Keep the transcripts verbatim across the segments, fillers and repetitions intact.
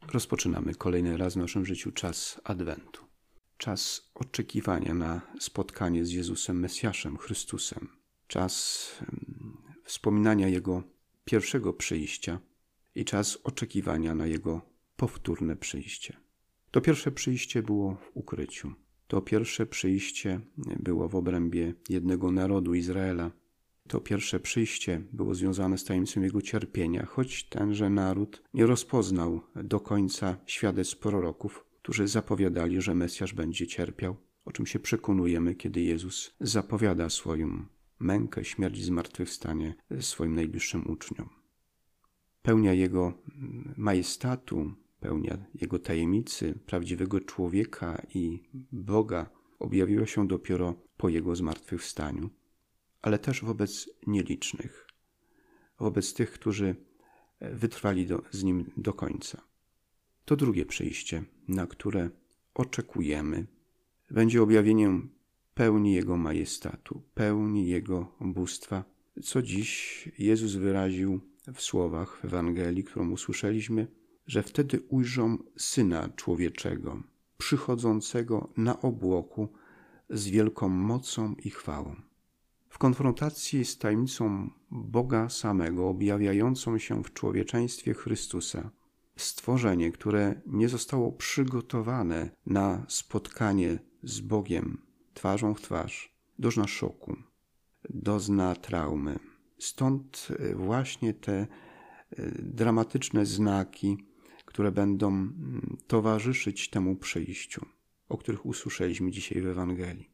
Rozpoczynamy kolejny raz w naszym życiu czas Adwentu. Czas oczekiwania na spotkanie z Jezusem Mesjaszem, Chrystusem. Czas wspominania Jego pierwszego przyjścia i czas oczekiwania na Jego powtórne przyjście. To pierwsze przyjście było w ukryciu. To pierwsze przyjście było w obrębie jednego narodu Izraela. To pierwsze przyjście było związane z tajemnicą Jego cierpienia, choć tenże naród nie rozpoznał do końca świadectw proroków, którzy zapowiadali, że Mesjasz będzie cierpiał, o czym się przekonujemy, kiedy Jezus zapowiada swoją mękę, śmierć i zmartwychwstanie swoim najbliższym uczniom. Pełnia Jego majestatu, pełnia Jego tajemnicy, prawdziwego człowieka i Boga objawiła się dopiero po Jego zmartwychwstaniu, ale też wobec nielicznych, wobec tych, którzy wytrwali do, z Nim do końca. To drugie przyjście, na które oczekujemy, będzie objawieniem pełni Jego majestatu, pełni Jego bóstwa, co dziś Jezus wyraził w słowach w Ewangelii, którą usłyszeliśmy, że wtedy ujrzą Syna Człowieczego, przychodzącego na obłoku z wielką mocą i chwałą. W konfrontacji z tajemnicą Boga samego, objawiającą się w człowieczeństwie Chrystusa, stworzenie, które nie zostało przygotowane na spotkanie z Bogiem twarzą w twarz, dozna szoku, dozna traumy. Stąd właśnie te dramatyczne znaki, które będą towarzyszyć temu przyjściu, o których usłyszeliśmy dzisiaj w Ewangelii.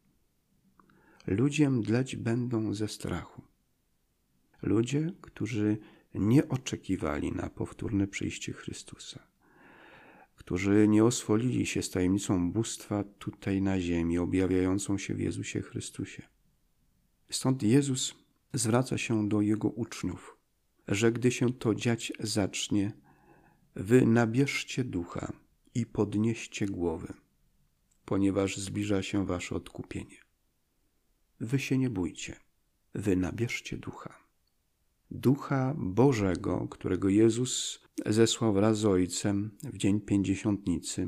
Ludzie mdleć będą ze strachu. Ludzie, którzy nie oczekiwali na powtórne przyjście Chrystusa, którzy nie oswolili się z tajemnicą bóstwa tutaj na ziemi, objawiającą się w Jezusie Chrystusie. Stąd Jezus zwraca się do Jego uczniów, że gdy się to dziać zacznie, wy nabierzcie ducha i podnieście głowy, ponieważ zbliża się wasze odkupienie. Wy się nie bójcie, wy nabierzcie ducha. Ducha Bożego, którego Jezus zesłał wraz z Ojcem w dzień Pięćdziesiątnicy.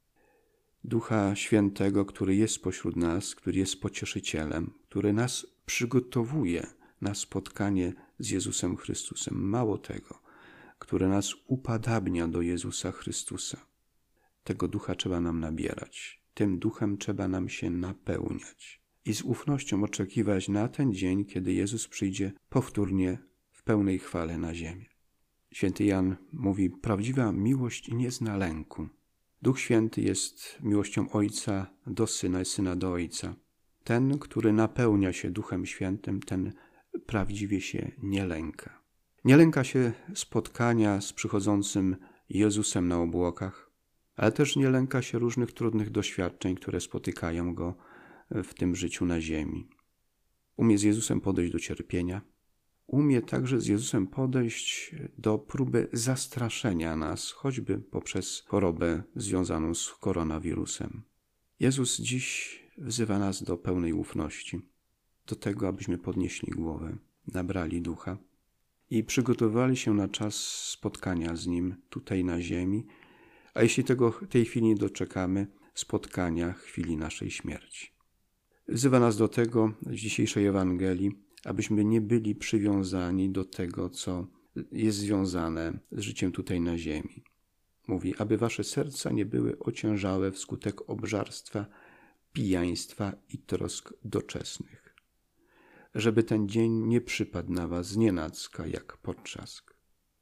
Ducha Świętego, który jest pośród nas, który jest pocieszycielem, który nas przygotowuje na spotkanie z Jezusem Chrystusem. Mało tego, który nas upadabnia do Jezusa Chrystusa. Tego ducha trzeba nam nabierać. Tym duchem trzeba nam się napełniać. I z ufnością oczekiwać na ten dzień, kiedy Jezus przyjdzie powtórnie w pełnej chwale na ziemię. Święty Jan mówi, prawdziwa miłość nie zna lęku. Duch Święty jest miłością Ojca do Syna i Syna do Ojca. Ten, który napełnia się Duchem Świętym, ten prawdziwie się nie lęka. Nie lęka się spotkania z przychodzącym Jezusem na obłokach, ale też nie lęka się różnych trudnych doświadczeń, które spotykają go w tym życiu na ziemi. Umie z Jezusem podejść do cierpienia, umie także z Jezusem podejść do próby zastraszenia nas, choćby poprzez chorobę związaną z koronawirusem. Jezus dziś wzywa nas do pełnej ufności, do tego, abyśmy podnieśli głowę, nabrali ducha i przygotowali się na czas spotkania z Nim tutaj na ziemi, a jeśli tego tej chwili nie doczekamy, spotkania chwili naszej śmierci. Wzywa nas do tego z dzisiejszej Ewangelii, abyśmy nie byli przywiązani do tego, co jest związane z życiem tutaj na ziemi. Mówi, aby wasze serca nie były ociężałe wskutek obżarstwa, pijaństwa i trosk doczesnych. Żeby ten dzień nie przypadł na was znienacka jak potrzask.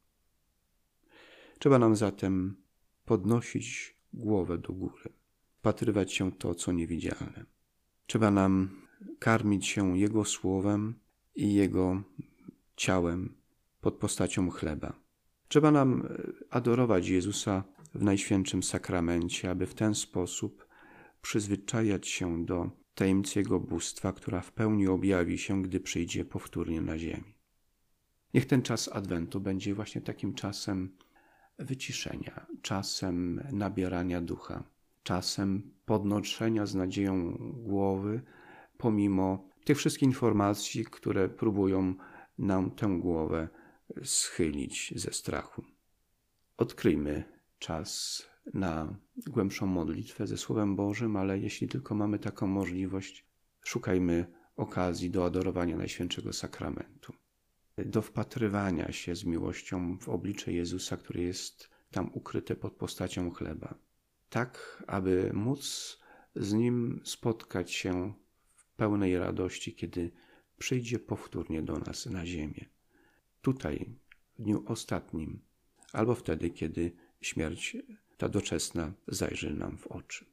Trzeba nam zatem podnosić głowę do góry, wpatrywać się w to, co niewidzialne. Trzeba nam karmić się Jego słowem i Jego ciałem pod postacią chleba. Trzeba nam adorować Jezusa w Najświętszym Sakramencie, aby w ten sposób przyzwyczajać się do tajemnicy Jego bóstwa, która w pełni objawi się, gdy przyjdzie powtórnie na ziemi. Niech ten czas Adwentu będzie właśnie takim czasem wyciszenia, czasem nabierania ducha, czasem podnoszenia z nadzieją głowy, pomimo tych wszystkich informacji, które próbują nam tę głowę schylić ze strachu. Odkryjmy, czas na głębszą modlitwę ze Słowem Bożym, ale jeśli tylko mamy taką możliwość, szukajmy okazji do adorowania Najświętszego Sakramentu, do wpatrywania się z miłością w oblicze Jezusa, które jest tam ukryte pod postacią chleba, tak aby móc z Nim spotkać się w pełnej radości, kiedy przyjdzie powtórnie do nas na ziemię. Tutaj, w dniu ostatnim, albo wtedy, kiedy śmierć ta doczesna zajrzy nam w oczy.